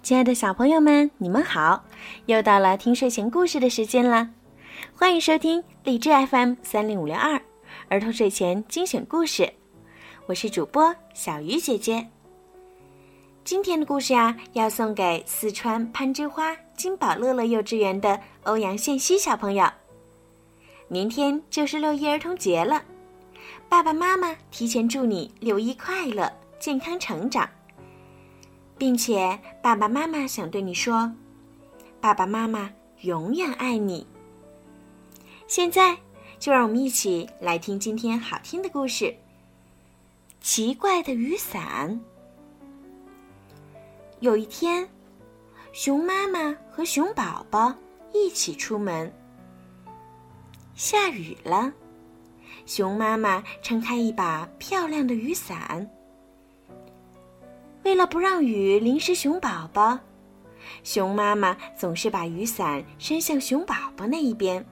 亲爱的小朋友们，你们好，又到了听睡前故事的时间了。欢迎收听荔枝 FM30562儿童睡前精选故事，我是主播小鱼姐姐。今天的故事要送给四川攀枝花金宝乐乐幼稚园的欧阳宪熙小朋友。明天就是6一儿童节了，爸爸妈妈提前祝你6一快乐，健康成长。并且爸爸妈妈想对你说，爸爸妈妈永远爱你。现在就让我们一起来听今天好听的故事，奇怪的雨伞。有一天，熊妈妈和熊宝宝一起出门，下雨了，熊妈妈撑开一把漂亮的雨伞。为了不让雨淋湿熊宝宝，熊妈妈总是把雨伞伸向熊宝宝那一边。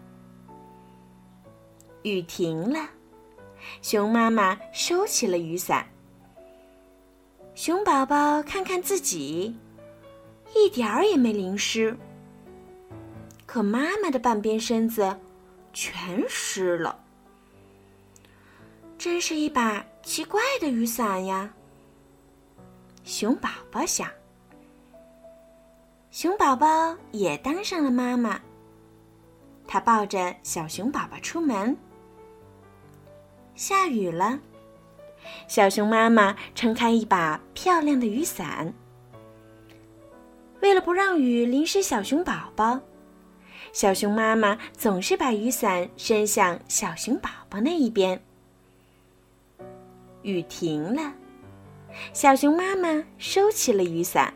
雨停了，熊妈妈收起了雨伞。熊宝宝看看自己，一点儿也没淋湿，可妈妈的半边身子全湿了。真是一把奇怪的雨伞呀，熊宝宝想。熊宝宝也当上了妈妈，她抱着小熊宝宝出门。下雨了，小熊妈妈撑开一把漂亮的雨伞。为了不让雨淋湿小熊宝宝，小熊妈妈总是把雨伞伸向小熊宝宝那一边。雨停了，小熊妈妈收起了雨伞。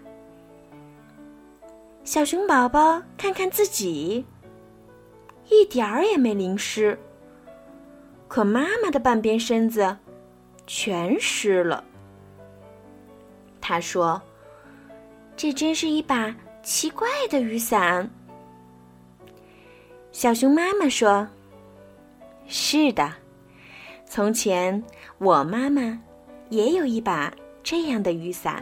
小熊宝宝看看自己，一点儿也没淋湿，可妈妈的半边身子全湿了。他说，这真是一把奇怪的雨伞。小熊妈妈说，是的，从前我妈妈也有一把这样的雨伞。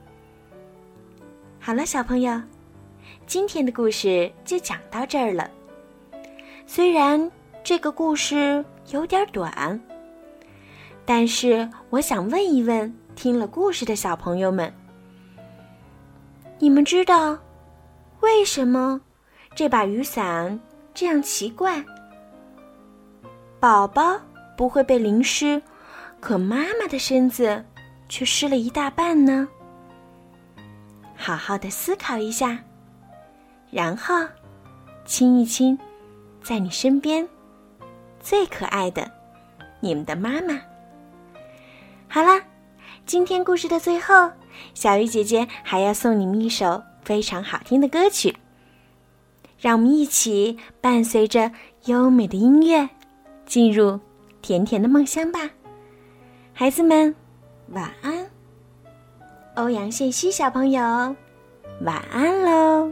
好了，小朋友，今天的故事就讲到这儿了。虽然这个故事有点短，但是我想问一问听了故事的小朋友们，你们知道为什么这把雨伞这样奇怪？宝宝不会被淋湿，可妈妈的身子却湿了一大半呢？好好的思考一下，然后亲一亲在你身边最可爱的你们的妈妈。好了，今天故事的最后，小鱼姐姐还要送你们一首非常好听的歌曲，让我们一起伴随着优美的音乐进入甜甜的梦乡吧。孩子们晚安，欧阳宪熙小朋友晚安喽。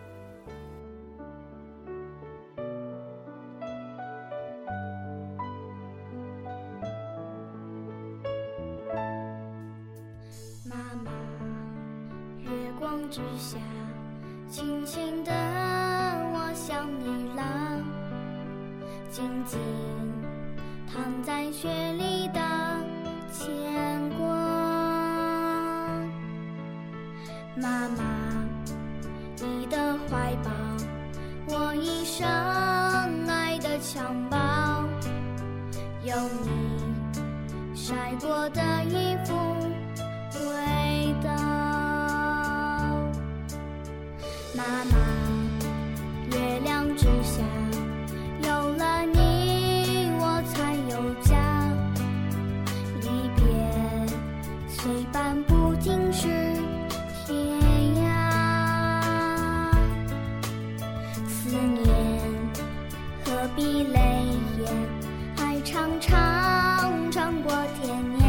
妈妈，月光之下，轻轻地我想你了，静静躺在雪里的牵挂。妈妈，你的怀抱，我一生爱的襁褓，有你晒过的衣服味道。妈妈，月亮之下，有了你我才有家，离别虽伴不尽是天涯，思念何必泪眼，爱长长穿过天涯。